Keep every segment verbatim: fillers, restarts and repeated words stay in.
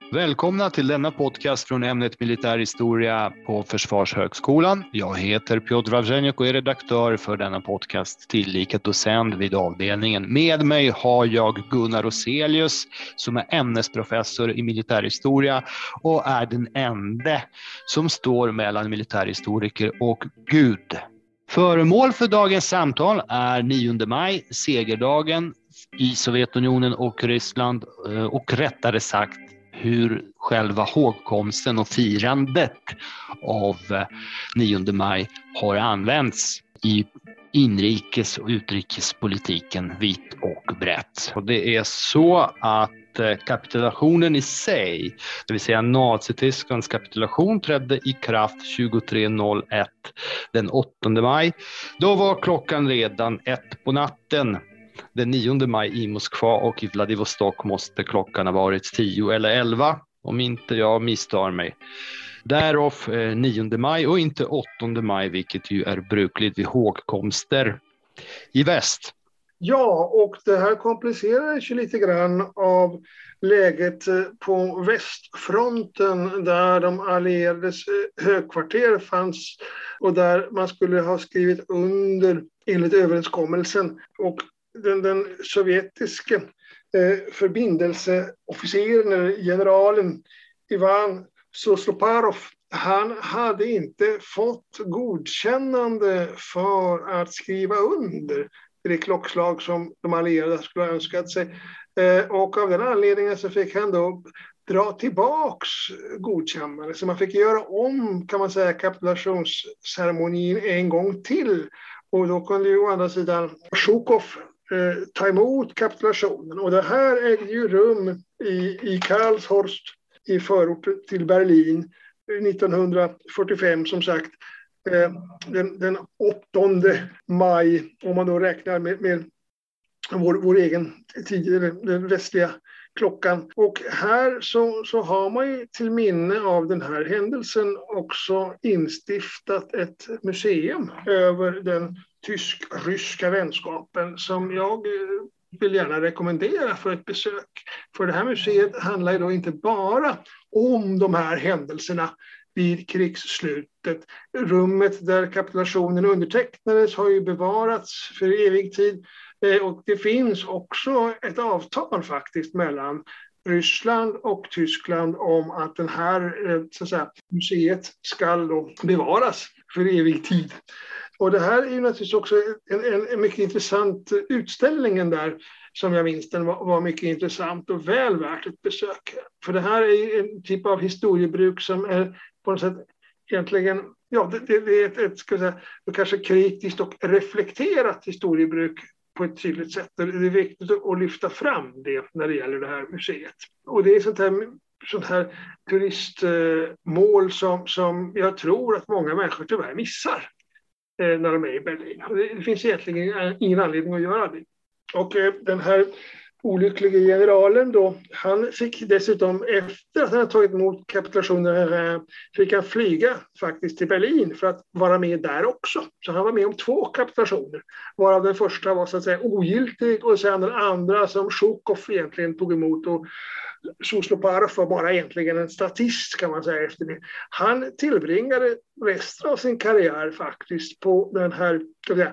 Välkomna till denna podcast från ämnet militärhistoria på Försvarshögskolan. Jag heter Piotr Wawrzenjuk och är redaktör för denna podcast, tillika docent vid avdelningen. Med mig har jag Gunnar Roselius som är ämnesprofessor i militärhistoria och är den enda som står mellan militärhistoriker och Gud. Föremål för dagens samtal är nionde maj, segerdagen i Sovjetunionen och Ryssland, och rättare sagt hur själva hågkomsten och firandet av nionde maj har använts i inrikes- och utrikespolitiken vitt och brett. Och det är så att kapitulationen i sig, det vill säga Nazitysklands kapitulation, trädde i kraft tjugotre noll ett den åttonde maj. Då var klockan redan ett på natten. Den nionde maj i Moskva, och i Vladivostok måste klockan ha varit tio eller elva, om inte jag misstar mig. Därav eh, nionde maj och inte åttonde maj, vilket ju är brukligt vid hågkomster i väst. Ja, och det här komplicerar ju lite grann av läget på västfronten där de allierades högkvarter fanns och där man skulle ha skrivit under enligt överenskommelsen. Och den, den sovjetiska eh, förbindelseofficeren eller generalen Ivan Sosloparov, han hade inte fått godkännande för att skriva under det klockslag som de allierade skulle ha önskat sig. Eh, och av den anledningen så fick han då dra tillbaks godkännande. Så man fick göra om, kan man säga, kapitulationsceremonin en gång till. Och då kunde ju å andra sidan Zjukov eh, ta emot kapitulationen. Och det här ägde ju rum i, i Karlshorst i förort till Berlin nittonhundrafyrtiofem, som sagt. Den, den åttonde maj, om man då räknar med, med vår, vår egen tid, den västliga klockan. Och här så, så har man ju till minne av den här händelsen också instiftat ett museum över den tysk-ryska vänskapen som jag vill gärna rekommendera för ett besök. För det här museet handlar ju då inte bara om de här händelserna vid krigsslutet. Rummet där kapitulationen undertecknades har ju bevarats för evig tid. Och det finns också ett avtal faktiskt mellan Ryssland och Tyskland om att den här så att säga, museet ska då bevaras för evig tid. Och det här är ju naturligtvis också en, en, en mycket intressant utställningen där, som jag minns den var, var mycket intressant och väl värt ett besök. För det här är en typ av historiebruk som är på något sätt egentligen, ja det, det är ett, ett ska säga, kanske kritiskt och reflekterat historiebruk på ett tydligt sätt. Det är viktigt att lyfta fram det när det gäller det här museet. Och det är sånt här, sånt här turistmål som, som jag tror att många människor tyvärr missar när de är i Berlin. Det finns egentligen ingen anledning att göra det. Och den här olyckliga generalen då, han fick dessutom efter att han hade tagit emot kapitulationen fick han flyga faktiskt till Berlin för att vara med där också. Så han var med om två kapitulationer, varav den första var så att säga ogiltig och sen den andra som Zjukov egentligen tog emot, och Sosloparov var bara egentligen en statist, kan man säga, efter det. Han tillbringade resten av sin karriär faktiskt på den här säga,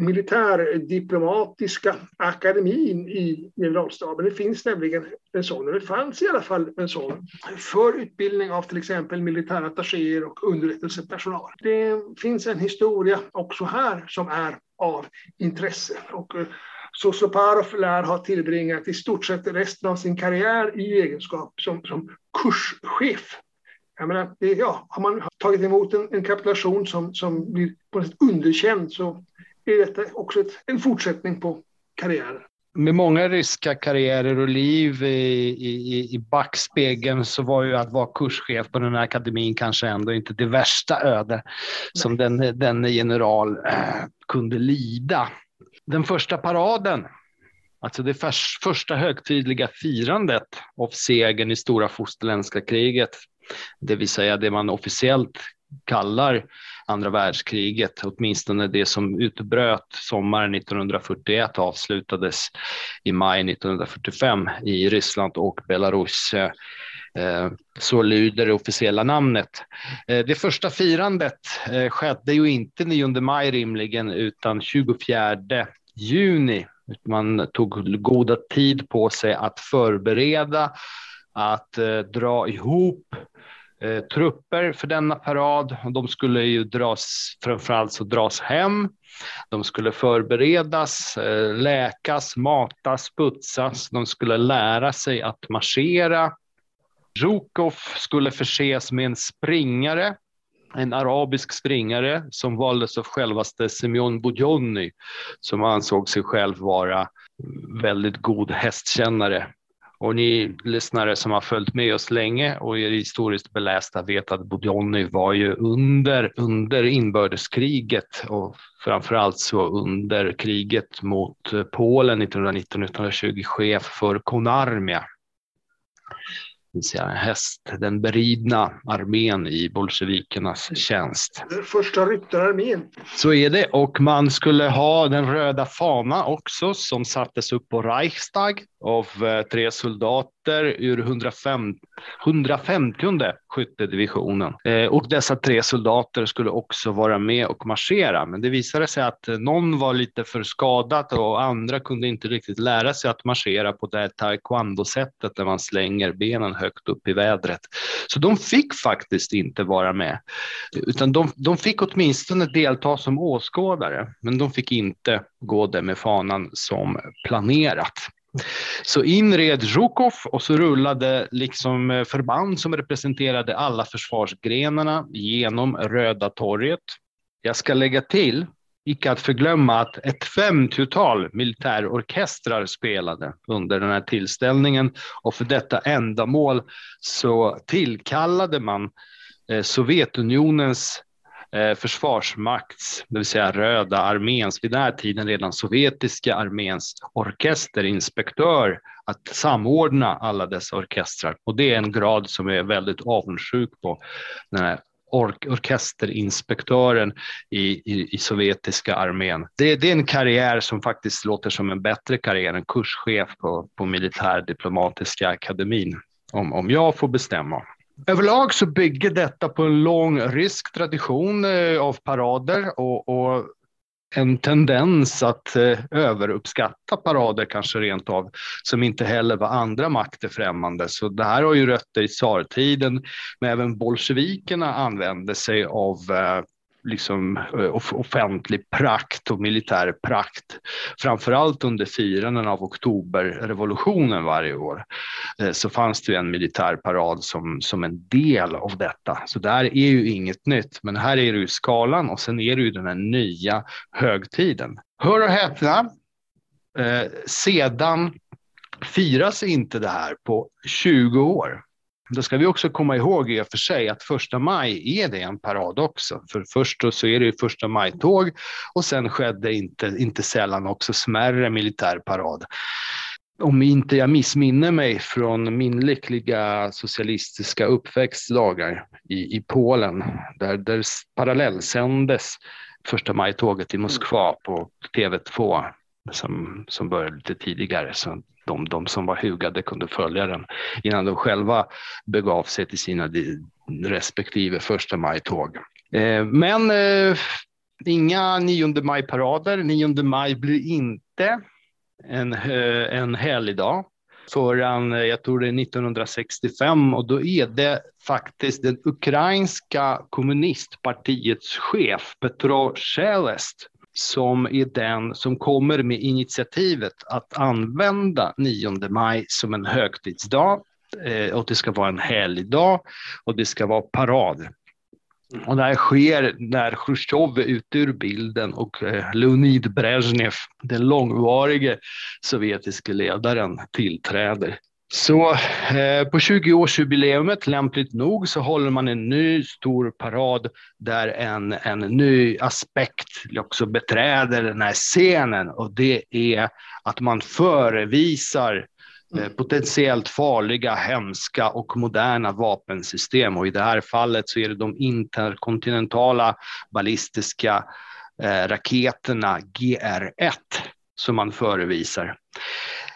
militärdiplomatiska akademin i generalstaben. Det finns nämligen en sån, och det fanns i alla fall en sån för utbildning av till exempel militärattachéer och underrättelsepersonal. Det finns en historia också här som är av intresse, och Sosloparov lär ha tillbringat i stort sett resten av sin karriär i egenskap som, som kurschef. Jag menar, det, ja, har man tagit emot en, en kapitulation som, som blir på något sätt underkänd, så är detta också ett, en fortsättning på karriären. Med många ryska karriärer och liv i, i, i backspegeln så var ju att vara kurschef på den här akademin kanske ändå inte det värsta öde som den, den general äh, kunde lida. Den första paraden, alltså det förs, första högtidliga firandet av segern i Stora fosterländska kriget, det vill säga det man officiellt kallar andra världskriget, åtminstone det som utbröt sommaren nittonhundrafyrtioett avslutades i maj nittonhundrafyrtiofem i Ryssland och Belarus. Så lyder det officiella namnet. Det första firandet skedde ju inte nionde maj rimligen utan tjugofjärde juni. Man tog goda tid på sig att förbereda, att dra ihop trupper för denna parad. De skulle ju dras, framförallt så dras hem. De skulle förberedas, läkas, matas, putsas. De skulle lära sig att marschera. Zhukov skulle förses med en springare, en arabisk springare som valdes av självaste Semyon Budionny, som ansåg sig själv vara väldigt god hästkännare. Och ni lyssnare som har följt med oss länge och är historiskt belästa vet att Budionny var ju under, under inbördeskriget och framförallt så under kriget mot Polen nittonhundranitton nittonhundratjugo chef för Konarmia. Häst, den beridna armén i bolsjevikernas tjänst. Första ryttararmén. Så är det, och man skulle ha den röda fana också som sattes upp på Reichstag av tre soldater ur hundrafemtionde skyttedivisionen. Eh, och dessa tre soldater skulle också vara med och marschera, men det visade sig att någon var lite för skadad och andra kunde inte riktigt lära sig att marschera på det taekwondo-sättet där man slänger benen högt upp i vädret. Så de fick faktiskt inte vara med, utan de, de fick åtminstone delta som åskådare, men de fick inte gå där med fanan som planerat. Så inred Zhukov och så rullade liksom förband som representerade alla försvarsgrenarna genom Röda torget. Jag ska lägga till, icke att förglömma, att ett femtiotal militärorkestrar spelade under den här tillställningen, och för detta ändamål så tillkallade man eh, Sovjetunionens eh, försvarsmakts, det vill säga Röda arméns, vid den här tiden redan sovjetiska arméns orkesterinspektör att samordna alla dessa orkestrar. Och det är en grad som är väldigt avundsjuk på den här Or- orkesterinspektören i, i, i sovjetiska armén. Det, det är en karriär som faktiskt låter som en bättre karriär än kurschef på, på militärdiplomatiska akademin, om, om jag får bestämma. Överlag så bygger detta på en lång rysk tradition eh, av parader och, och en tendens att eh, överuppskatta parader kanske rent av, som inte heller var andra makter främmande. Så det här har ju rötter i tsartiden, men även bolsjevikerna använde sig av eh, liksom eh, offentlig prakt och militär prakt, framförallt under firanden av oktoberrevolutionen varje år. Eh, så fanns det ju en militärparad som, som en del av detta. Så där är ju inget nytt, men här är det ju skalan och sen är det ju den här nya högtiden. Hör och häpna, eh, sedan firas inte det här på tjugo år. Då ska vi också komma ihåg i och för sig att första maj är det en parad också. För först då så är det ju första majtåg och sen skedde inte, inte sällan också smärre militärparad. Om inte jag missminner mig från min lyckliga socialistiska uppväxtdagar i, i Polen, där, där parallellsändes första majtåget i Moskva på T V två som, som började lite tidigare, så de, de som var hugade kunde följa den innan de själva begav sig till sina respektive första majtåg. Eh, men eh, inga nionde maj-parader. nionde maj blir inte en, eh, en helgdag förrän, jag tror det är nittonhundrasextiofem, och då är det faktiskt den ukrainska kommunistpartiets chef Petro Shelest som är den som kommer med initiativet att använda nionde maj som en högtidsdag, eh, och det ska vara en helgdag och det ska vara parad. Och det här sker när Khrushchev är ute ur bilden och eh, Leonid Brezhnev, den långvarige sovjetiska ledaren, tillträder. Så eh, på tjugo-årsjubileumet, lämpligt nog, så håller man en ny stor parad där en, en ny aspekt också beträder den här scenen, och det är att man förevisar eh, potentiellt farliga, hemska och moderna vapensystem, och i det här fallet så är det de interkontinentala ballistiska eh, raketerna G R ett som man förevisar.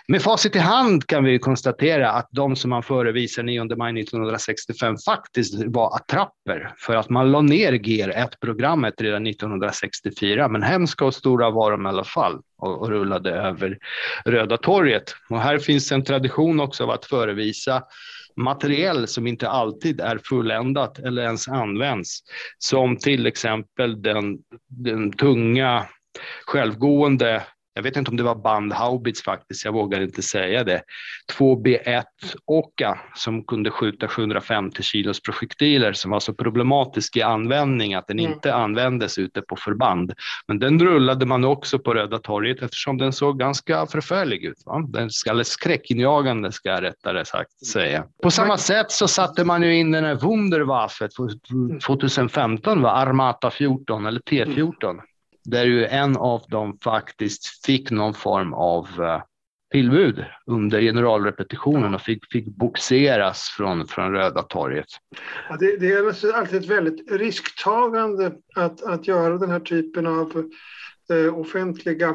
Med facit i hand kan vi konstatera att de som man förevisar nionde maj nittonhundrasextiofem faktiskt var attrapper, för att man la ner G R ett-programmet redan nittonhundrasextiofyra, men hemska och stora var de i alla fall och, och rullade över Röda torget. Och här finns en tradition också av att förevisa materiell som inte alltid är fulländat eller ens används, som till exempel den, den tunga självgående, jag vet inte om det var bandhaubits faktiskt, jag vågar inte säga det, två B ett Oka som kunde skjuta sjuhundrafemtio kilos projektiler, som var så problematisk i användning att den mm. inte användes ute på förband. Men den rullade man också på Röda torget eftersom den såg ganska förfärlig ut. Va? Den ska skräckinjagande, ska jag rättare sagt säga. På samma sätt så satte man ju in den här Wunderwaffe tjugohundrafemton, var Armata fjorton eller T fjorton. Där ju en av dem faktiskt fick någon form av uh, tillbud under generalrepetitionen och fick, fick boxeras från, från Röda torget. Ja, det, det är alltid ett väldigt risktagande att, att göra den här typen av eh, offentliga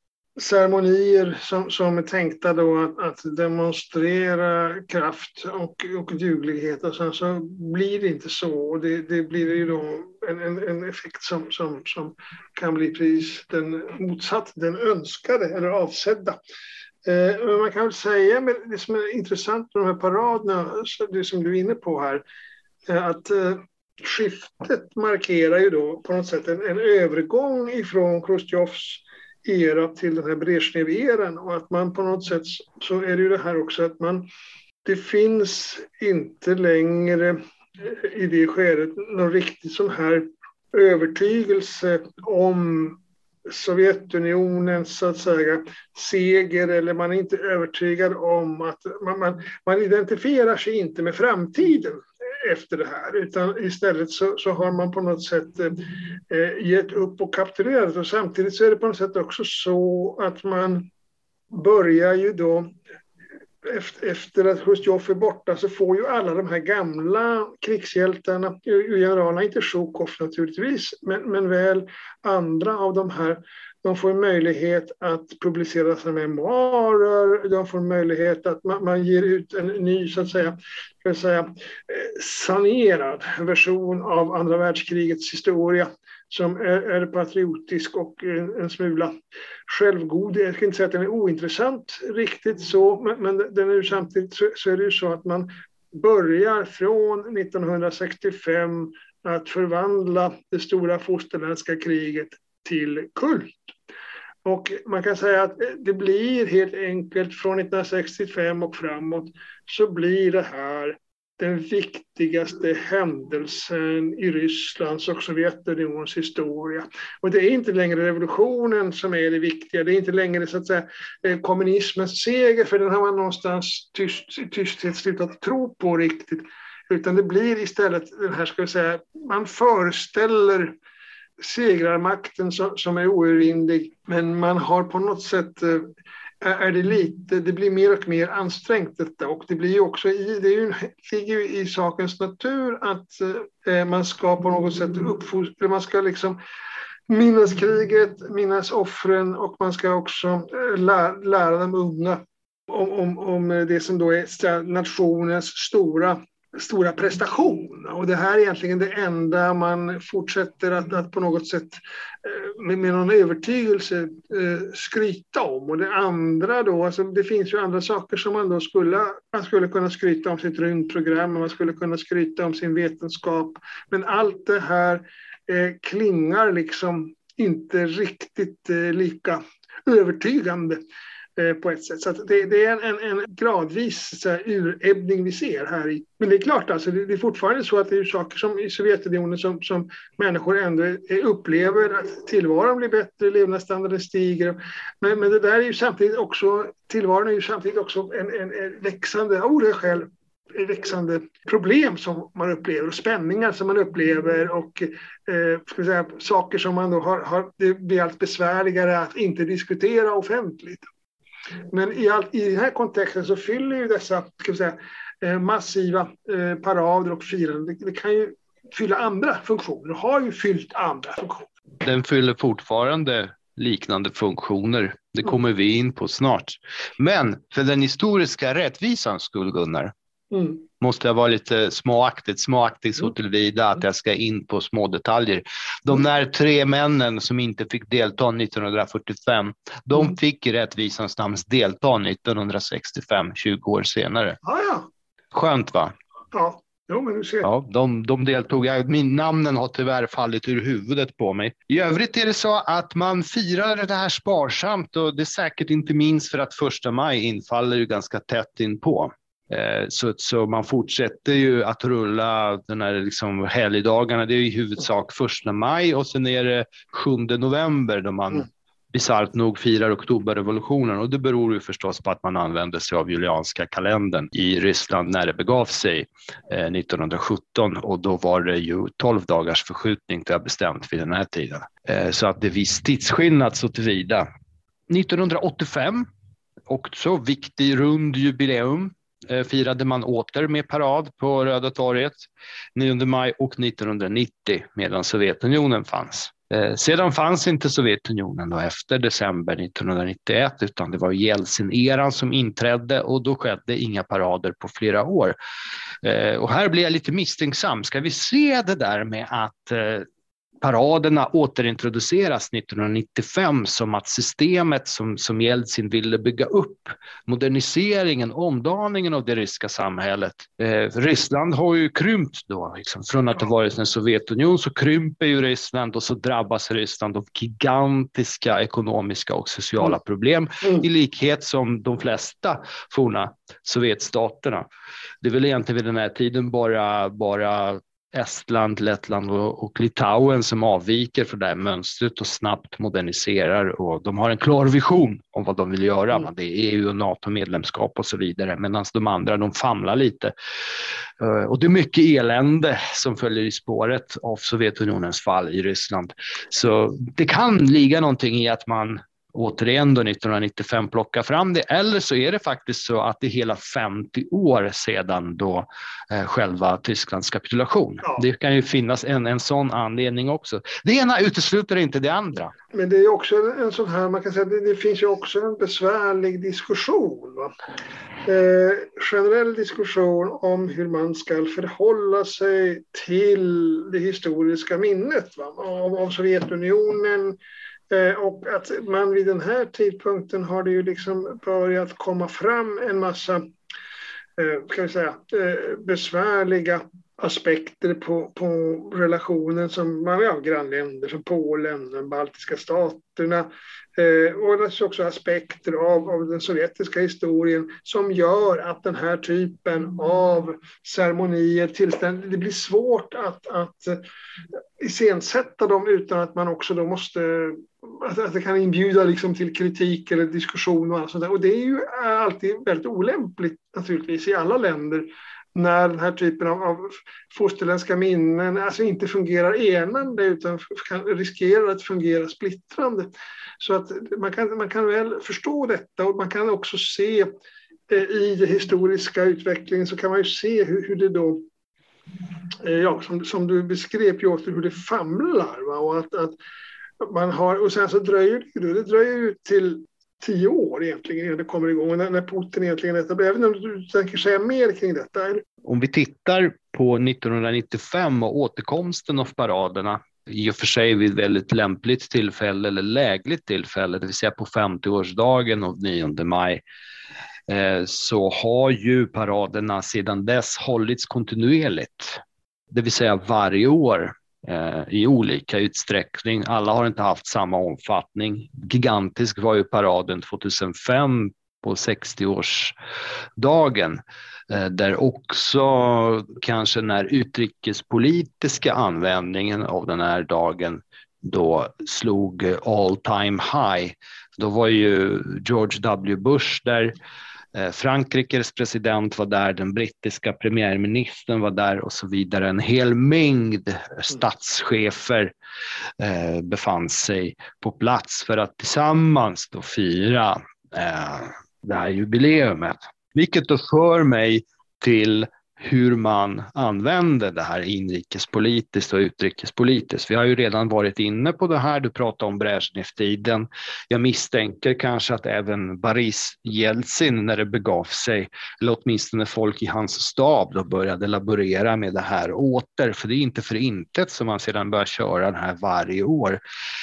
ceremonier som, som är tänkta då att, att demonstrera kraft och, och duglighet, och sen så blir det inte så, och det, det blir ju då en, en, en effekt som, som, som kan bli precis den motsatt, den önskade eller avsedda. Eh, men man kan väl säga, med det som är intressant med de här paraderna, det som du är inne på här, att eh, skiftet markerar ju då på något sätt en, en övergång ifrån Chrustjovs era till den här Brezhnev-eran, och att man på något sätt så är det ju det här också att man, det finns inte längre i det skedet någon riktigt sån här övertygelse om Sovjetunionens så att säga seger, eller man är inte övertygad om att man, man, man identifierar sig inte med framtiden efter det här, utan istället så, så har man på något sätt eh, gett upp och kapitulerat, och samtidigt så är det på något sätt också så att man börjar ju då efter, efter att Chrustjov är borta, så får ju alla de här gamla krigshjältarna, generalerna, inte Zjukov naturligtvis, men, men väl andra av de här, de får möjlighet att publicera sina memoarer, de får möjlighet att man, man ger ut en ny så att säga, ska jag säga sanerad version av andra världskrigets historia som är, är patriotisk och en, en smula självgod. Jag ska inte säga att den är ointressant riktigt så, men, men den är ju samtidigt så, så är det ju så att man börjar från nittonhundrasextiofem att förvandla det stora fosterländska kriget till kult. Och man kan säga att det blir helt enkelt från nittonhundrasextiofem och framåt så blir det här den viktigaste händelsen i Rysslands och Sovjetunionens historia. Och det är inte längre revolutionen som är det viktiga. Det är inte längre så att säga kommunismens seger, för den har man någonstans tyst, tysthet slutat tro på riktigt. Utan det blir istället den här, ska jag säga, man föreställer segrarmakten som, som är oövervinnlig, men man har på något sätt är det lite, det blir mer och mer ansträngt detta, och det blir ju också i, det är ju, ligger ju i sakens natur att eh, man ska på något sätt uppfostra, man ska liksom minnas kriget, minnas offren, och man ska också eh, lära, lära de unga om, om, om det som då är nationens stora stora prestation, och det här är egentligen det enda man fortsätter att, att på något sätt med, med någon övertygelse eh, skryta om. Och det andra då, alltså det finns ju andra saker som man då skulle, man skulle kunna skryta om sitt rymdprogram, man skulle kunna skryta om sin vetenskap, men allt det här eh, klingar liksom inte riktigt eh, lika övertygande på ett sätt. Så att det, det är en, en, en gradvis så här, urebbning vi ser här i. Men det är klart, alltså, det, det är fortfarande så att det är saker som i Sovjetunionen som, som människor ändå upplever att tillvaron blir bättre, levnadsstandarden stiger. Men, men det där är ju samtidigt också, tillvaron är ju samtidigt också en, en, en växande, av olika skäl, växande problem som man upplever och spänningar som man upplever och eh, ska säga, saker som man då har, har, det blir allt besvärligare att inte diskutera offentligt. Men i, all, i den här kontexten så fyller ju dessa ska vi säga, massiva eh, parader och firanden, det, det kan ju fylla andra funktioner, har ju fyllt andra funktioner. Den fyller fortfarande liknande funktioner Det kommer vi in på snart. Men för den historiska rättvisans skull, Gunnar, mm. måste jag vara lite småaktigt, småaktigt så tillvida att jag ska in på små detaljer. De där tre männen som inte fick delta nittonhundrafyrtiofem, de mm. fick i rättvisans namn delta nittonhundrasextiofem, tjugo år senare. Ja, ja. Skönt, va? Ja. Jo, men du ser. Ja, de, de deltog. Min namnen har tyvärr fallit ur huvudet på mig. I övrigt är det så att man firar det här sparsamt, och det är säkert inte minst för att första maj infaller ju ganska tätt in på. Eh, så, så man fortsätter ju att rulla den här liksom helgdagarna. Det är i huvudsak första maj och sen är det sjunde november då man mm. bisarrt nog firar oktoberrevolutionen, och det beror ju förstås på att man använde sig av julianska kalendern i Ryssland när det begav sig eh, nittonhundrasjutton, och då var det ju tolv dagars förskjutning till jag bestämt vid den här tiden. Eh, så att det är viss tidsskillnad så tillvida. nittonhundraåttiofem, också viktig rund jubileum, eh, firade man åter med parad på Röda torget nionde maj, och nittonhundranittio medan Sovjetunionen fanns. Eh, sedan fanns inte Sovjetunionen då efter december nittonhundranittioett, utan det var Jeltsin-eran som inträdde, och då skedde inga parader på flera år. Eh, och här blir jag lite misstänksam. Ska vi se det där med att eh, paraderna återintroduceras nittonhundranittiofem som att systemet som, som Jeltsin ville bygga upp, moderniseringen, omdaningen av det ryska samhället. Eh, Ryssland har ju krympt då, liksom. Från att det varit en Sovjetunion så krymper ju Ryssland, och så drabbas Ryssland av gigantiska ekonomiska och sociala problem mm. i likhet som de flesta forna Sovjetstaterna. Det är väl egentligen vid den här tiden bara, bara Estland, Lettland och, och Litauen som avviker från det här mönstret och snabbt moderniserar, och de har en klar vision om vad de vill göra. Mm. Det är E U och NATO-medlemskap och så vidare, medan de andra de famlar lite. Uh, och det är mycket elände som följer i spåret av Sovjetunionens fall i Ryssland. Så det kan ligga någonting i att man återigen då nittonhundranittiofem plocka fram det, eller så är det faktiskt så att det är hela femtio år sedan då eh, själva Tysklands kapitulation. Ja. Det kan ju finnas en, en sån anledning också. Det ena utesluter inte det andra. Men det är också en, en sån här, man kan säga det, det finns ju också en besvärlig diskussion, va? Eh, generell diskussion om hur man ska förhålla sig till det historiska minnet, va? Av, av Sovjetunionen. Och att man vid den här tidpunkten har det ju liksom börjat komma fram en massa ska vi säga, besvärliga aspekter på, på relationen som man har grannländer som Polen, de baltiska staterna, och naturligtvis också aspekter av, av den sovjetiska historien som gör att den här typen av ceremonier tillstånd, det blir svårt att, att iscensätta dem utan att man också då måste, att, att det kan inbjuda liksom till kritik eller diskussion och allt sånt där. Och det är ju alltid väldigt olämpligt naturligtvis i alla länder när den här typen av, av fosterländska minnen alltså inte fungerar enande utan kan, riskerar att fungera splittrande. Så att man kan, man kan väl förstå detta, och man kan också se eh, i den historiska utvecklingen så kan man ju se hur, hur det då, eh, ja, som, som du beskrev Piotr, hur det famlar, va? Och att, att man har, och sen så dröjer det, det dröjer ju till tio år egentligen innan det kommer igång, när, när Putin egentligen etablerar. Jag vet inte om du tänker säga mer kring detta? Eller? Om vi tittar på nittonhundranittiofem och återkomsten av paraderna, i och för sig vid väldigt lämpligt tillfälle eller lägligt tillfälle, det vill säga på femtioårsdagen av nionde maj, eh, så har ju paraderna sedan dess hållits kontinuerligt. Det vill säga varje år eh, i olika utsträckning. Alla har inte haft samma omfattning. Gigantisk var ju paraden tjugohundrafem på sextioårsdagen. Där också kanske den här utrikespolitiska användningen av den här dagen då slog all time high. Då var ju George W. Bush där, Frankrikes president var där, den brittiska premiärministern var där och så vidare. En hel mängd statschefer eh, befann sig på plats för att tillsammans då fira eh, det här jubileumet. Vilket då för mig till hur man använder det här inrikespolitiskt och utrikespolitiskt. Vi har ju redan varit inne på det här, du pratade om Brezhnev-tiden. Jag misstänker kanske att även Boris Jeltsin när det begav sig, eller åtminstone folk i hans stab, då började laborera med det här åter. För det är inte för intet som man sedan börjar köra det här varje år.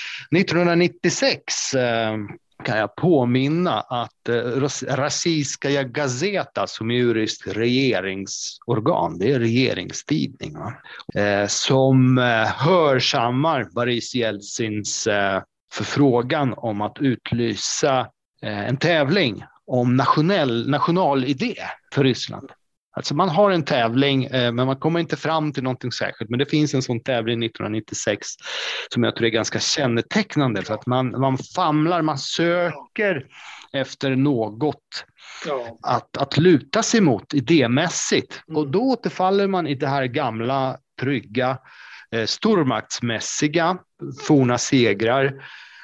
nittonhundranittiosex eh, kan jag påminna att eh, Rossijskaja Gazeta, som är juriskt regeringsorgan, det är regeringstidning, va? Eh, som eh, hörsammar Boris Jeltsins eh, förfrågan om att utlysa eh, en tävling om nationell, nationalidé för Ryssland. Alltså man har en tävling eh, men man kommer inte fram till någonting särskilt. Men det finns en sån tävling nittonhundranittiosex som jag tror är ganska kännetecknande. För att man, man famlar, man söker efter något ja. att, att luta sig mot idémässigt. Mm. Och då återfaller man i det här gamla, trygga, eh, stormaktsmässiga, forna segrar.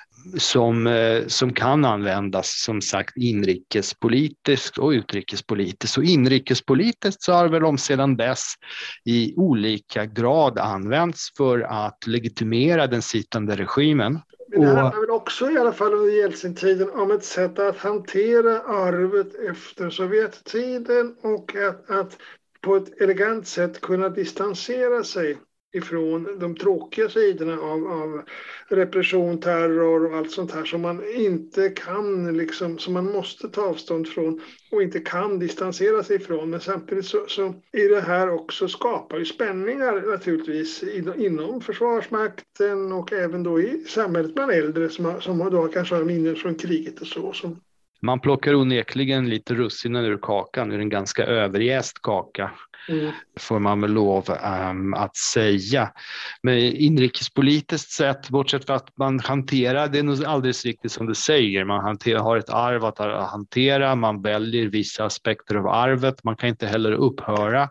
Som, som kan användas som sagt inrikespolitiskt och utrikespolitiskt. Och inrikespolitiskt så har väl de sedan dess i olika grad använts för att legitimera den sittande regimen. Men det handlar väl också i alla fall under Jeltsin-tiden om ett sätt att hantera arvet efter Sovjettiden och att, att på ett elegant sätt kunna distansera sig ifrån de tråkiga sidorna av, av repression, terror och allt sånt här som man inte kan, liksom, som man måste ta avstånd från och inte kan distansera sig ifrån. Men samtidigt så, så är det här också skapar ju spänningar naturligtvis inom försvarsmakten och även då i samhället bland äldre som, som då kanske har minnen från kriget och så. Som man plockar onekligen lite russinen ur kakan, ur en ganska överjäst kaka. Mm. Får man väl lov um, att säga. Men inrikespolitiskt sett, bortsett från att man hanterar, det är nog alldeles riktigt som du säger, man hanterar, har ett arv att hantera, man väljer vissa aspekter av arvet, man kan inte heller upphöra.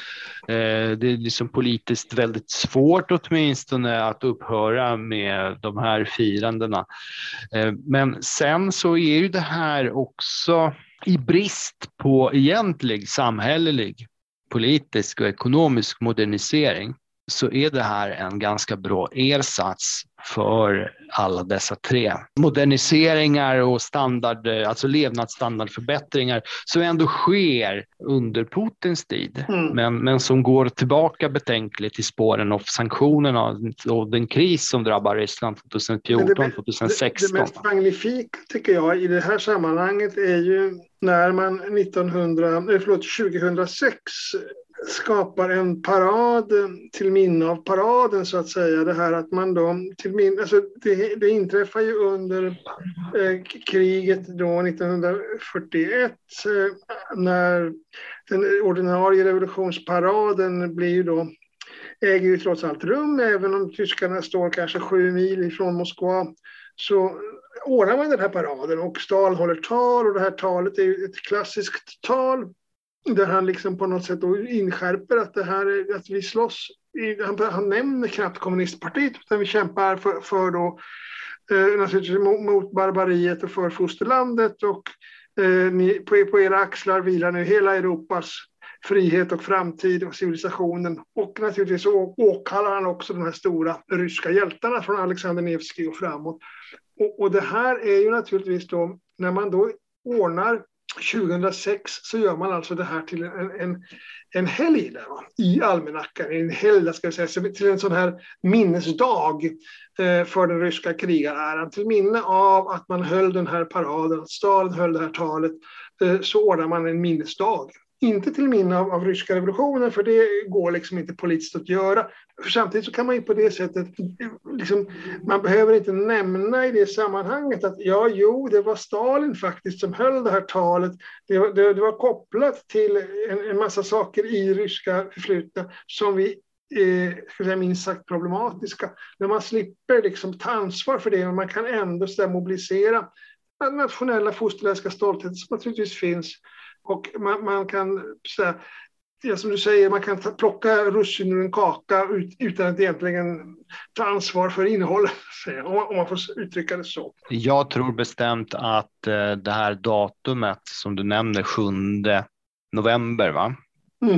Eh, det är liksom politiskt väldigt svårt åtminstone att upphöra med de här firandena. Eh, men sen så är ju det här också i brist på egentlig samhällelig politisk och ekonomisk modernisering, så är det här en ganska bra ersats för alla dessa tre moderniseringar och standard, alltså levnadsstandardförbättringar som ändå sker under Putins tid, mm. men, men som går tillbaka betänkligt i spåren av sanktionerna och den kris som drabbar Ryssland tjugohundrafjorton tjugohundrasexton. Det, det mest magnifika tycker jag i det här sammanhanget är ju när man nittonhundra, förlåt, tjugohundrasex skapar en parad till minne av paraden så att säga. Det här att man då till minne, alltså det, det inträffar ju under eh, kriget då nittonhundrafyrtioett eh, när den ordinarie revolutionsparaden blir ju då äger ju trots allt rum, även om tyskarna står kanske sju mil ifrån Moskva, så ordnar man den här paraden och Stalin håller tal, och det här talet är ju ett klassiskt tal där han liksom på något sätt då inskärper att det här är, att vi slåss, i, han, han nämner knappt kommunistpartiet utan vi kämpar för, för då eh, naturligtvis mot, mot barbariet och för fosterlandet, och eh, ni, på, på era axlar vilar nu hela Europas frihet och framtid och civilisationen, och naturligtvis så åkallar han också de här stora ryska hjältarna från Alexander Nevskij och framåt. Och, och det här är ju naturligtvis då, när man då ordnar tjugohundrasex så gör man alltså det här till en, en, en helg där, va? I almanackan, en helg ska jag säga, till en sån här minnesdag eh, för den ryska krigaräran, till minne av att man höll den här paraden, att Stalin höll det här talet, eh, så ordnar man en minnesdag. Inte till minne av, av ryska revolutionen, för det går liksom inte politiskt att göra. För samtidigt så kan man ju på det sättet, liksom, man behöver inte nämna i det sammanhanget att ja, jo, det var Stalin faktiskt som höll det här talet. Det var, det, det var kopplat till en, en massa saker i ryska förflutna som vi eh, ska säga, minst sagt problematiska. Men man slipper liksom ta ansvar för det, men man kan ändå så där, mobilisera den nationella fosterländska stolthet som naturligtvis finns. Och man, man kan, så här, ja, som du säger, man kan ta, plocka russin ur en kaka ut, utan att egentligen ta ansvar för innehållet, om, om man får uttrycka det så. Jag tror bestämt att eh, det här datumet som du nämnde, sjunde november, va? Mm.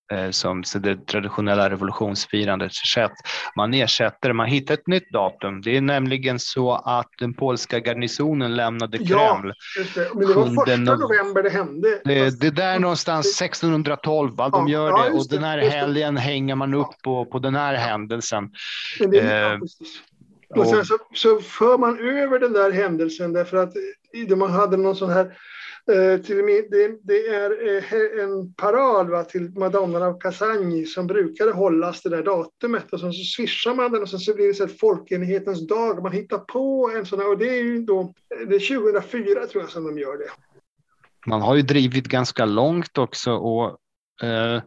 som det traditionella revolutionsfirandets sätt. Man ersätter, man hittar ett nytt datum. Det är nämligen så att den polska garnisonen lämnade Kreml. Ja, just det. Men det var första november det hände. Det, det där någonstans sextonhundratolv, ja, de gör ja, det. Och den här helgen hänger man upp på, på den här händelsen. Men det, eh, ja, precis. Och sen så, så för man över den där händelsen därför att man hade någon sån här Eh, till och med, det, det är eh, en parad va, till Madonnan av Casagni som brukade hållas det där datumet och så, så swishar man den och så, så blir det så ett folkenhetens dag. Man hittar på en sån här och det är ju då det är tjugohundrafyra tror jag som de gör det. Man har ju drivit ganska långt också och eh,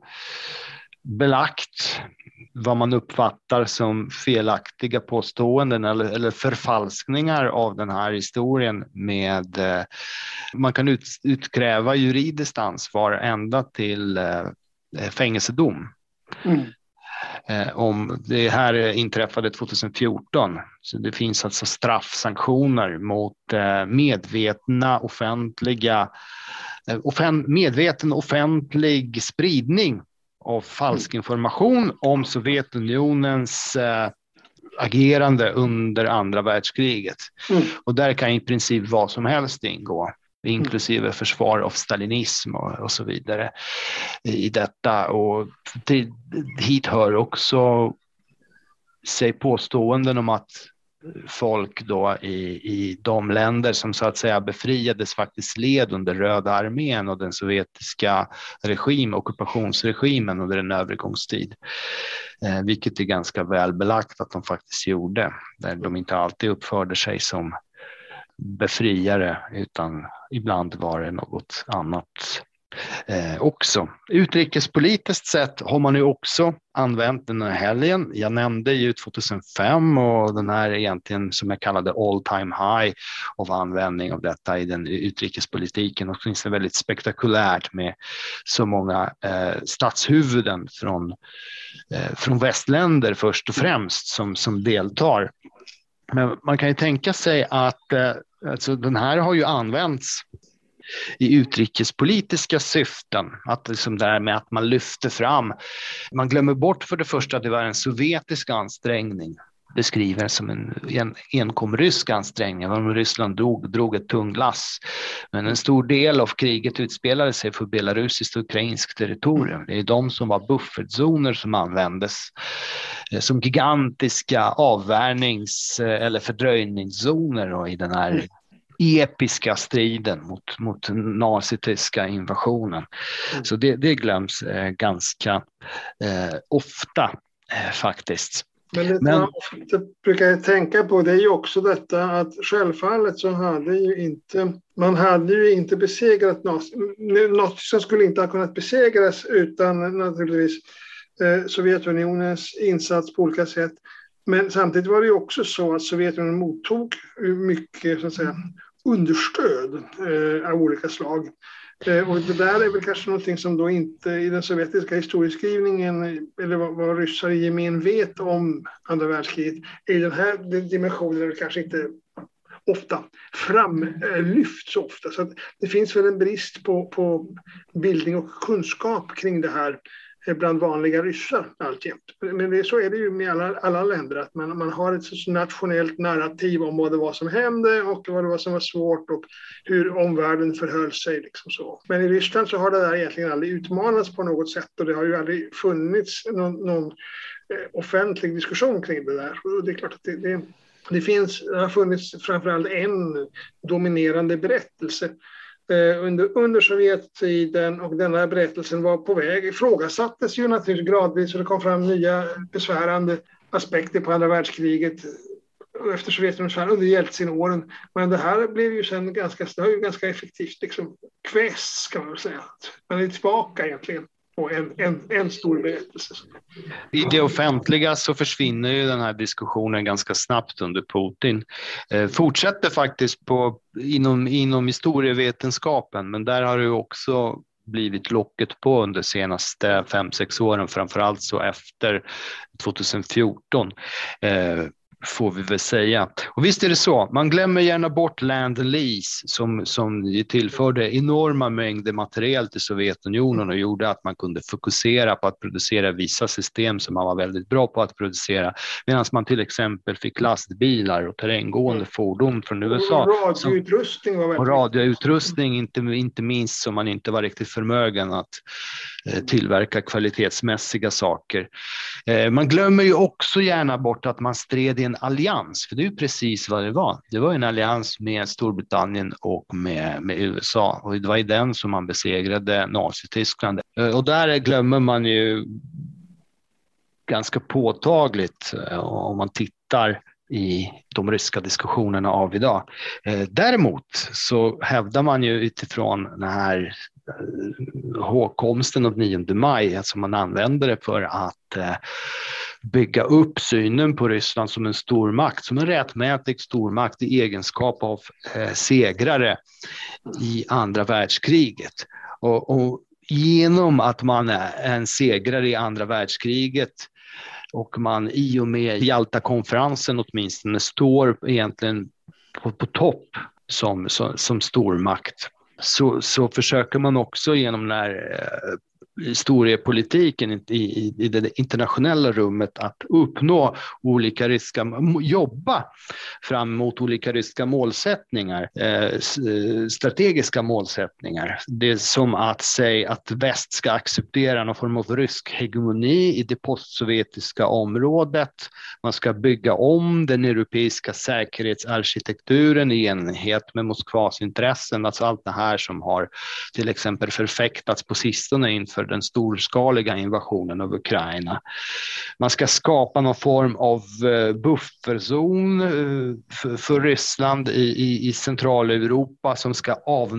belagt vad man uppfattar som felaktiga påståenden eller, eller förfalskningar av den här historien med eh, man kan ut, utkräva juridiskt ansvar ända till eh, fängelsedom. Mm. Eh, om det här inträffade tjugohundrafjorton så det finns alltså straffsanktioner mot eh, medvetna offentliga eh, offen, medveten offentlig spridning av falsk information om Sovjetunionens eh, agerande under andra världskriget. Mm. Och där kan i princip vad som helst ingå, inklusive försvar av stalinism och, och så vidare i detta. Och det, hit hör också sig påståenden om att folk då i, i de länder som så att säga befriades faktiskt led under Röda armén och den sovjetiska regim, ockupationsregimen under en övergångstid. Eh, vilket är ganska väl belagt att de faktiskt gjorde. Där de inte alltid uppförde sig som befriare utan ibland var det något annat. Eh, också. Utrikespolitiskt sett har man ju också använt den här helgen. Jag nämnde ju tjugohundrafem och den här egentligen som jag kallade all time high av användning av detta i den utrikespolitiken och det finns det väldigt spektakulärt med så många eh, statshuvuden från, eh, från västländer först och främst som, som deltar. Men man kan ju tänka sig att eh, alltså den här har ju använts i utrikespolitiska syften, att liksom där med att man lyfter fram, man glömmer bort för det första att det var en sovjetisk ansträngning, beskriver som en, en enkom rysk ansträngning, om Ryssland drog, drog ett tunglass, men en stor del av kriget utspelade sig för belarusiskt och ukrainskt territorium. Det är de som var buffertzoner som användes som gigantiska avvärnings- eller fördröjningszoner i den här episka striden mot, mot nazistiska invasionen. Mm. Så det, det glöms eh, ganska eh, ofta eh, faktiskt. Men det Men, man ofta brukar tänka på det är ju också detta att självfallet så hade ju inte man hade ju inte besegrat Nazisterna skulle inte ha kunnat besegras utan naturligtvis eh, Sovjetunionens insats på olika sätt. Men samtidigt var det ju också så att Sovjetunionen mottog mycket så att säga understöd eh, av olika slag. Eh, och det där är väl kanske någonting som då inte i den sovjetiska historieskrivningen eller vad, vad ryssar i gemen vet om andra världskriget. I den här dimensionen är det kanske inte ofta framlyft så ofta. Så att det finns väl en brist på, på bildning och kunskap kring det här bland vanliga ryssar alltjämt. Men det, så är det ju med alla, alla länder att man, man har ett nationellt narrativ om vad det var som hände och vad det var som var svårt och hur omvärlden förhöll sig. Liksom så. Men i Ryssland så har det där egentligen aldrig utmanats på något sätt och det har ju aldrig funnits någon, någon eh, offentlig diskussion kring det där. Och det är klart att det, det, det finns, det har funnits framförallt en dominerande berättelse Under, under Sovjettiden och denna berättelsen var på väg ifrågasattes ju naturligtvis gradvis och det kom fram nya besvärande aspekter på andra världskriget efter Sovjetunionens fall under Jeltsin-åren. Men det här blev ju sen ganska, ganska effektivt liksom kväst ska man väl säga. Man är tillbaka egentligen på en, en, en stor berättelse. I det offentliga så försvinner ju den här diskussionen ganska snabbt under Putin. Eh, fortsätter faktiskt på, inom, inom historievetenskapen, men där har det också blivit locket på under de senaste fem sex åren, framförallt så efter tjugohundrafjorton. Eh, får vi väl säga. Och visst är det så, man glömmer gärna bort Land and Lease som, som tillförde enorma mängder material till Sovjetunionen och gjorde att man kunde fokusera på att producera vissa system som man var väldigt bra på att producera, medan man till exempel fick lastbilar och terränggående mm. fordon från U S A. Och radioutrustning var väldigt och radioutrustning, inte, inte minst, som man inte var riktigt förmögen att eh, tillverka kvalitetsmässiga saker. Eh, man glömmer ju också gärna bort att man stred i en allians, för det är ju precis vad det var. Det var en allians med Storbritannien och med, med U S A, och det var i den som man besegrade Nazityskland. Eh, och där glömmer man ju ganska påtagligt eh, om man tittar i de ryska diskussionerna av idag. Eh, däremot så hävdar man ju utifrån den här eh, hågkomsten av nionde maj, alltså man använder det för att eh, bygga upp synen på Ryssland som en stormakt, som en rättmätig stormakt i egenskap av eh, segrare i andra världskriget. Och, och genom att man är en segrare i andra världskriget och man i och med Jalta-konferensen åtminstone står egentligen på, på topp som, som, som stormakt, så, så försöker man också genom den här eh, historiepolitiken i, i, i det internationella rummet att uppnå olika ryska, jobba fram mot olika ryska målsättningar, eh, strategiska målsättningar. Det är som att säga att väst ska acceptera någon form av rysk hegemoni i det postsovjetiska området. Man ska bygga om den europeiska säkerhetsarkitekturen i enlighet med Moskvas intressen, alltså allt det här som har till exempel förfäktats på sistone inför den storskaliga invasionen av Ukraina. Man ska skapa någon form av bufferzon för, för Ryssland i, i, i Centraleuropa som ska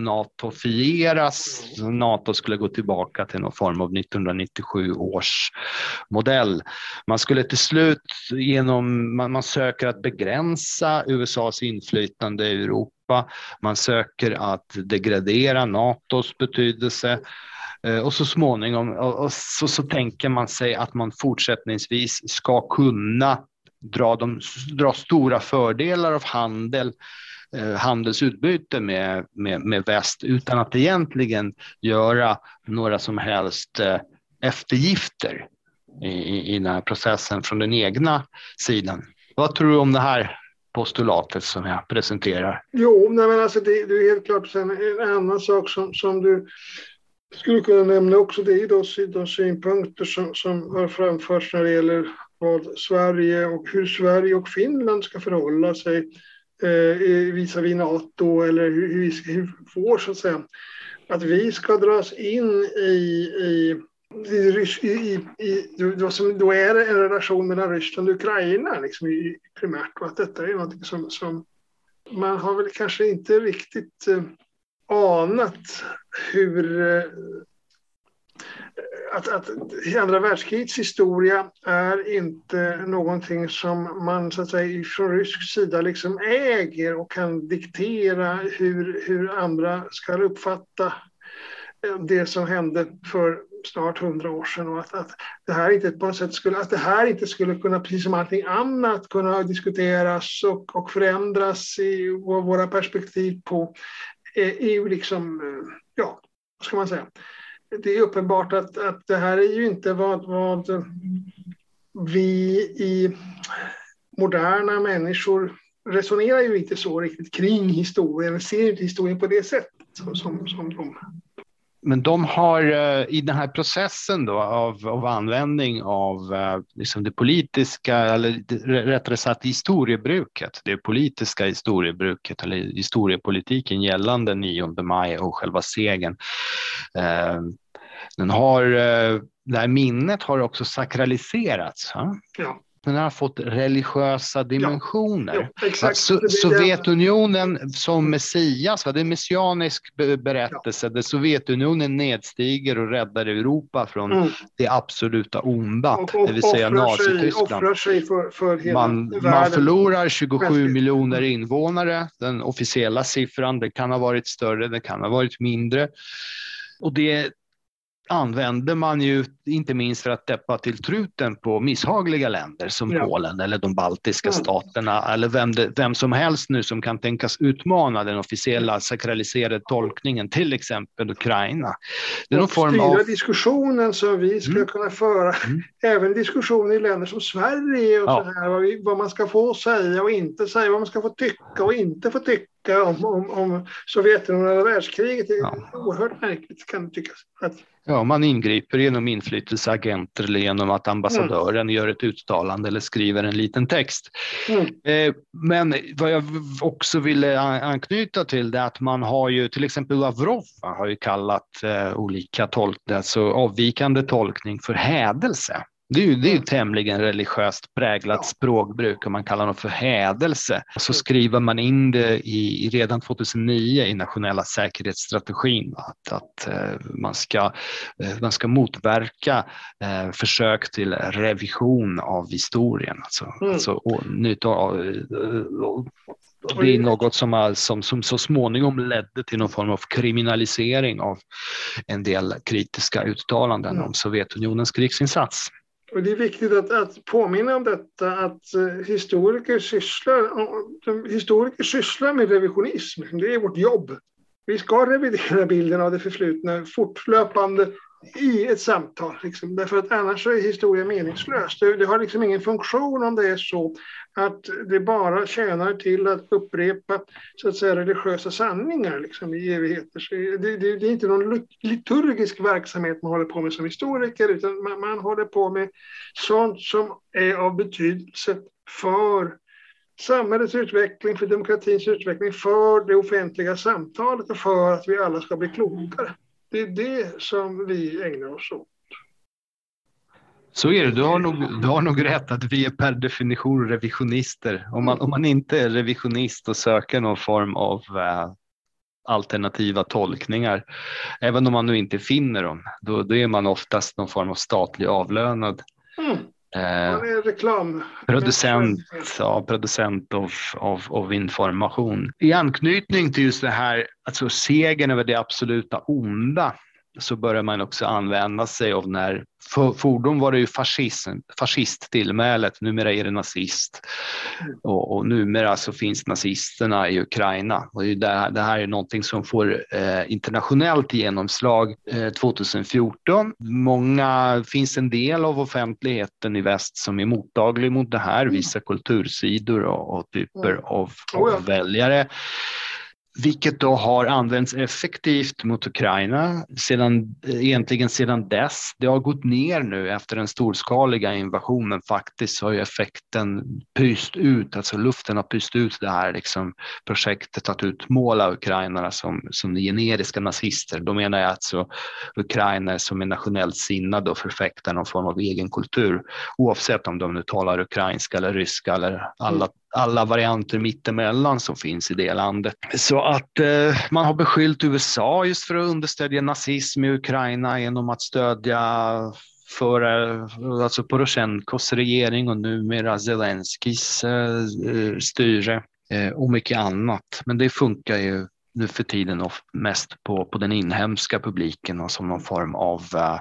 avnatofieras. NATO skulle gå tillbaka till någon form av nittonhundranittiosju års modell. Man skulle till slut genom, man, man söker att begränsa U S A:s inflytande i Europa. Man söker att degradera NATOs betydelse. Och så småningom och så, så tänker man sig att man fortsättningsvis ska kunna dra, de, dra stora fördelar av handel, eh, handelsutbyte med, med, med väst utan att egentligen göra några som helst eh, eftergifter i, i, i den här processen från den egna sidan. Vad tror du om det här postulatet som jag presenterar? Jo, nej men alltså det, det är helt klart. Sen en annan sak som, som du skulle kunna nämna också, det är då de synpunkter som, som har framförts när det gäller vad Sverige och hur Sverige och Finland ska förhålla sig eh, visavi NATO, eller hur, hur vi ska, hur får så att säga, att vi ska dras in i, i, i, i, i då, som, då är det en relation mellan Ryssland och Ukraina liksom i, primärt, och att detta är något som, som man har väl kanske inte riktigt eh, anat hur eh, att, att andra världskrigets historia är inte någonting som man så att säga från rysk sida liksom äger och kan diktera hur, hur andra ska uppfatta det som hände för snart hundra år sedan, och att, att det här inte på något sätt skulle, att det här inte skulle kunna, precis som allting annat, kunna diskuteras och, och förändras i våra perspektiv på är ju liksom, ja, vad ska man säga? Det är uppenbart att, att det här är ju inte vad, vad vi i moderna människor resonerar ju inte så riktigt kring historien, ser inte historien på det sättet som, som, som de. Men de har i den här processen då av, av användning av liksom det politiska, eller rättare sagt historiebruket, det politiska historiebruket eller historiepolitiken gällande nionde maj och själva segern. Den har, det här minnet har också sakraliserats. Ja? Ja. Den har fått religiösa dimensioner. Ja, ja, exakt. So- Sovjetunionen som messias, det är en messianisk berättelse, ja. Där Sovjetunionen nedstiger och räddar Europa från mm. det absoluta onda, och, och, det vill säga Nazityskland. Sig för, för hela man, man förlorar tjugosju miljoner invånare, den officiella siffran, det kan ha varit större, det kan ha varit mindre. Och det använder man ju inte minst för att täppa till truten på misshagliga länder som ja. Polen eller de baltiska mm. staterna eller vem, det, vem som helst nu som kan tänkas utmana den officiella sakraliserade tolkningen, till exempel Ukraina. Det är någon form styra av diskussionen som vi ska mm. kunna föra, mm. även diskussioner i länder som Sverige och ja. så här, vad, vi, vad man ska få säga och inte säga, vad man ska få tycka och inte få tycka om, om, om Sovjetunionen och världskriget. Det är ja. oerhört märkligt, kan det tyckas. Att Ja, man ingriper genom inflytelseagenter eller genom att ambassadören mm. gör ett uttalande eller skriver en liten text. Mm. Eh, men vad jag också ville anknyta till det är att man har ju, till exempel Lavrov har ju kallat eh, olika tolkningar, alltså avvikande tolkning för hädelse. Det är ju, det är ju tämligen religiöst präglat ja. språkbruk och man kallar det för hädelse. Och så skriver man in det i, i redan tjugohundranio i nationella säkerhetsstrategin att, att uh, man, ska, uh, man ska motverka uh, försök till revision av historien. Alltså, mm. alltså, och, nytt, uh, uh, det är något som, är, som, som så småningom ledde till någon form av kriminalisering av en del kritiska uttalanden mm. om Sovjetunionens krigsinsats. Och det är viktigt att, att påminna om detta, att uh, historiker, sysslar, uh, historiker sysslar med revisionism. Det är vårt jobb. Vi ska revidera bilden av det förflutna fortlöpande i ett samtal. Liksom. Därför att annars är historia meningslös. Det, det har liksom ingen funktion om det är så att det bara tjänar till att upprepa så att säga, religiösa sanningar liksom, i evigheter. Så det, det, det är inte någon liturgisk verksamhet man håller på med som historiker, utan man, man håller på med sånt som är av betydelse för samhällets utveckling, för demokratins utveckling, för det offentliga samtalet och för att vi alla ska bli klokare. Det är det som vi ägnar oss åt. Så är det. Du har nog, du har nog rätt att vi är per definition revisionister. Om man, om man inte är revisionist och söker någon form av äh, alternativa tolkningar, även om man nu inte finner dem, då, då är man oftast någon form av statlig avlönad. Mm. Man är reklam. Producent, ja, producent av, av, av information. I anknytning till just det här, alltså segern över det absoluta onda, så börjar man också använda sig av när för fordon var det ju fascism, fascist tillmälet, numera är det nazist och, och numera så finns nazisterna i Ukraina och det, här, det här är någonting som får eh, internationellt genomslag eh, tjugohundrafjorton. Många, finns en del av offentligheten i väst som är mottaglig mot det här, vissa kultursidor och, och typer mm. av, av väljare. Vilket då har använts effektivt mot Ukraina sedan, egentligen sedan dess. Det har gått ner nu efter den storskaliga invasionen. Faktiskt har ju effekten pyst ut, alltså luften har pyst ut det här liksom, projektet att utmåla ukrainarna som, som generiska nazister. Då menar jag alltså Ukraina som är nationellt sinnade och förfäktar någon form av egen kultur. Oavsett om de nu talar ukrainska eller ryska eller alla alla varianter mittemellan som finns i det landet. Så att eh, man har beskyllt U S A just för att understödja nazism i Ukraina genom att stödja för, alltså Poroshenkos regering och numera Zelenskis eh, styre eh, och mycket annat. Men det funkar ju nu för tiden mest på, på den inhemska publiken och som någon form av eh,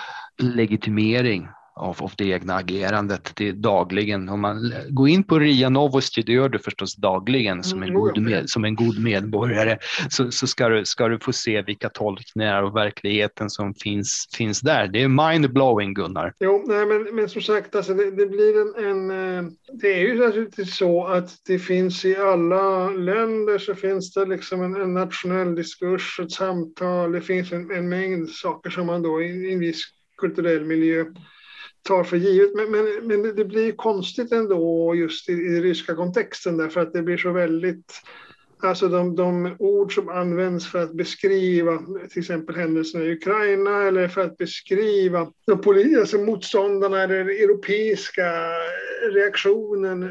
legitimering Av, av det egna agerandet. Det är dagligen. Om man går in på R I A Novosti, det gör du förstås dagligen som en god, med, som en god medborgare, så, så ska, du, ska du få se vilka tolkningar och verkligheten som finns, finns där. Det är mind-blowing, Gunnar. Jo, nej, men, men som sagt, alltså, det, det blir en, en... Det är ju naturligtvis så att det finns i alla länder så finns det liksom en, en nationell diskurs, ett samtal. Det finns en, en mängd saker som man då i, i en viss kulturell miljö tar för givet, men, men, men det blir konstigt ändå just i, i ryska kontexten därför att det blir så väldigt, alltså de, de ord som används för att beskriva till exempel händelserna i Ukraina eller för att beskriva de politiska motståndarna eller den europeiska reaktionen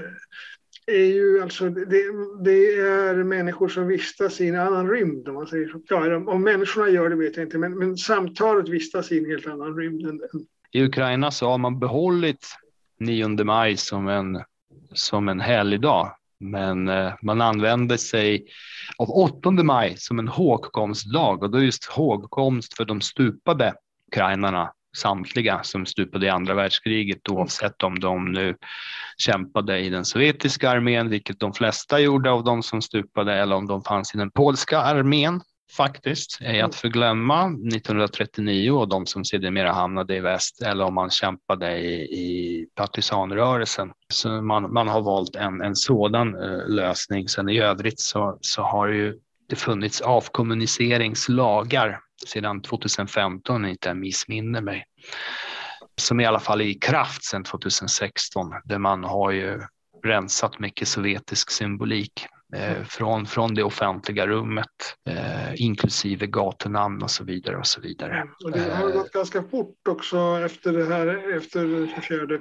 är ju alltså, det, det är människor som vistas i en annan rymd om man säger så. Ja, om människorna gör det vet jag inte, men, men samtalet vistas i en helt annan rymd än i Ukraina. Så har man behållit nionde maj som en, som en helgdag. Men eh, man använder sig av åttonde maj som en hågkomstdag. Och då är just hågkomst för de stupade ukrainarna, samtliga som stupade i andra världskriget, oavsett om de nu kämpade i den sovjetiska armén, vilket de flesta gjorde av de som stupade, eller om de fanns i den polska armén. Faktiskt är att förglömma nittonhundratrettionio och de som sedermera hamnade i väst, eller om man kämpade i, i partisanrörelsen. Så man, man har valt en, en sådan uh, lösning. Sen i övrigt så, så har ju det funnits avkommuniceringslagar sedan tjugohundrafemton, inte jag missminner mig, som i alla fall är i kraft sedan tjugohundrasexton, där man har ju rensat mycket sovjetisk symbolik eh, från, från det offentliga rummet, eh, inklusive gatunamn och så vidare och så vidare. Och det har gått ganska fort också efter det här, efter tjugofjärde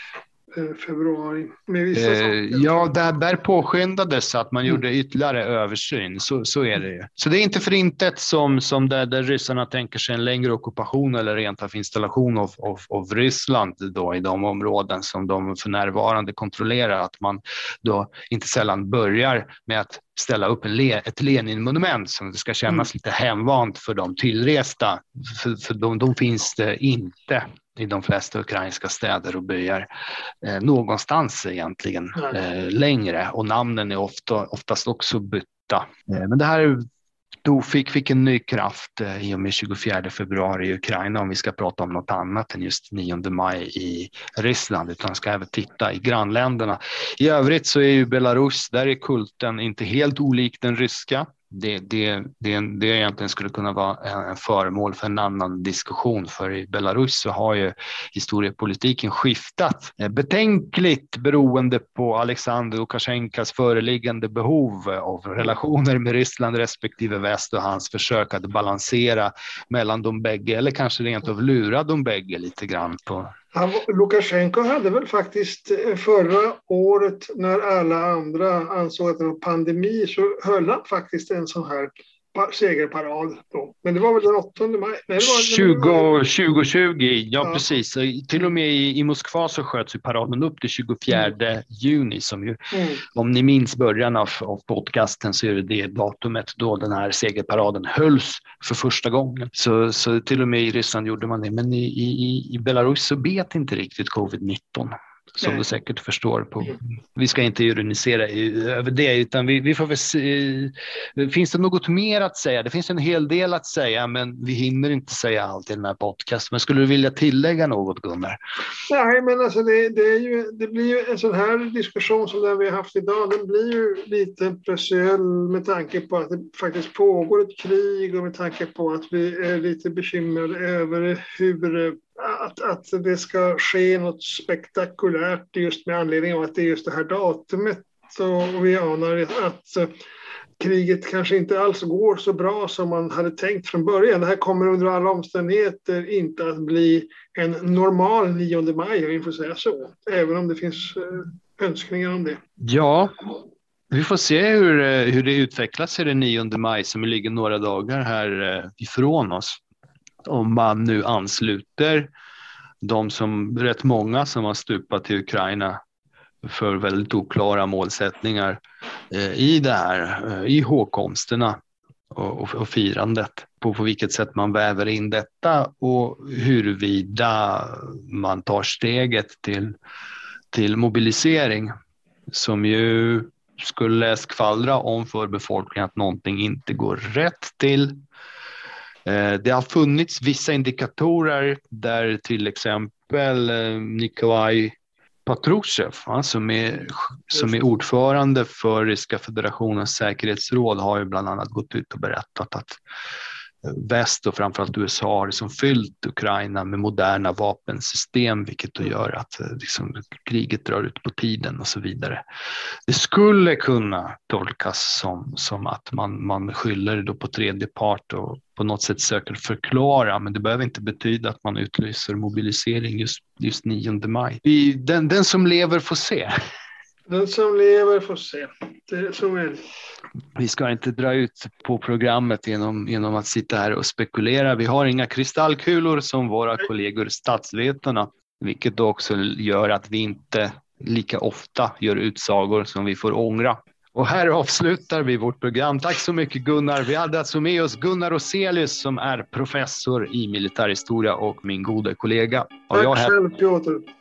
februari. Med vissa eh, ja, där, där påskyndades att man mm. gjorde ytterligare översyn. Så, så är det ju. Så det är inte för intet som, som där, där ryssarna tänker sig en längre ockupation eller rent av installation av, av, av Ryssland då, i de områden som de för närvarande kontrollerar. Att man då inte sällan börjar med att ställa upp en le, ett Lenin-monument som det ska kännas mm. lite hemvant för de tillresta. För, för de, de finns det inte i de flesta ukrainska städer och byar eh, någonstans egentligen eh, längre, och namnen är ofta, oftast också bytta. Eh, men det här då fick, fick en ny kraft eh, i och med tjugofjärde februari i Ukraina, om vi ska prata om något annat än just nionde maj i Ryssland, utan ska även titta i grannländerna. I övrigt så är ju Belarus, där är kulten inte helt olik den ryska. Det, det, det, det egentligen skulle kunna vara en föremål för en annan diskussion, för i Belarus så har ju historiepolitiken skiftat betänkligt beroende på Alexander Lukasjenkas föreliggande behov av relationer med Ryssland respektive väst och hans försök att balansera mellan de bägge, eller kanske rent av lura de bägge lite grann på. Han, Lukasjenko hade väl faktiskt förra året, när alla andra ansåg att det var pandemi, så höll han faktiskt en sån här segerparad då. Men det var väl den åttonde maj? Nej, det var tjugo tjugo, ja, ja precis. Till och med i, i Moskva så sköts ju paraden upp till tjugofjärde mm. juni, som ju, mm. om ni minns början av, av podcasten, så är det det datumet då den här segerparaden hölls för första gången. Så, så till och med i Ryssland gjorde man det. Men i, i, i Belarus så bet inte riktigt covid nitton. Som du säkert förstår på. Vi ska inte ironisera över det, utan vi, vi får väl se. Finns det något mer att säga? Det finns en hel del att säga, men vi hinner inte säga allt i den här podcasten. Men skulle du vilja tillägga något, Gunnar? Nej, men alltså det, det, är ju, det blir ju en sån här diskussion som den vi har haft idag. Den blir ju lite speciell med tanke på att det faktiskt pågår ett krig, och med tanke på att vi är lite bekymrade över hur Att, att det ska ske något spektakulärt just med anledning av att det är just det här datumet, och vi anar att kriget kanske inte alls går så bra som man hade tänkt från början. Det här kommer under alla omständigheter inte att bli en normal nionde maj, vi får säga så, även om det finns önskningar om det. Ja, vi får se hur, hur det utvecklas i den nionde maj, som ligger några dagar här ifrån oss. Om man nu ansluter de som, rätt många som har stupat till Ukraina för väldigt oklara målsättningar eh, i det här, eh, i hågkomsterna och, och, och firandet. På, på vilket sätt man väver in detta, och huruvida man tar steget till, till mobilisering, som ju skulle skvallra om för befolkningen att någonting inte går rätt till. Det har funnits vissa indikatorer där till exempel Nikolaj Patrushev, som är, som är ordförande för Ryska federationens säkerhetsråd, har ju bland annat gått ut och berättat att väst och framförallt U S A har liksom fyllt Ukraina med moderna vapensystem, vilket då gör att liksom, kriget drar ut på tiden och så vidare. Det skulle kunna tolkas som, som att man, man skyller då på tredje part och på något sätt söker förklara, men det behöver inte betyda att man utlyser mobilisering just, just nionde maj. Vi, den, den som lever får se. Den som lever får se. Det är så är det. Vi ska inte dra ut på programmet genom, genom att sitta här och spekulera. Vi har inga kristallkulor som våra kollegor statsvetarna, vilket då också gör att vi inte lika ofta gör utsagor som vi får ångra. Och här avslutar vi vårt program. Tack så mycket Gunnar. Vi hade alltså med oss Gunnar Roselius som är professor i militärhistoria och min goda kollega. Och Tack jag själv Piotr.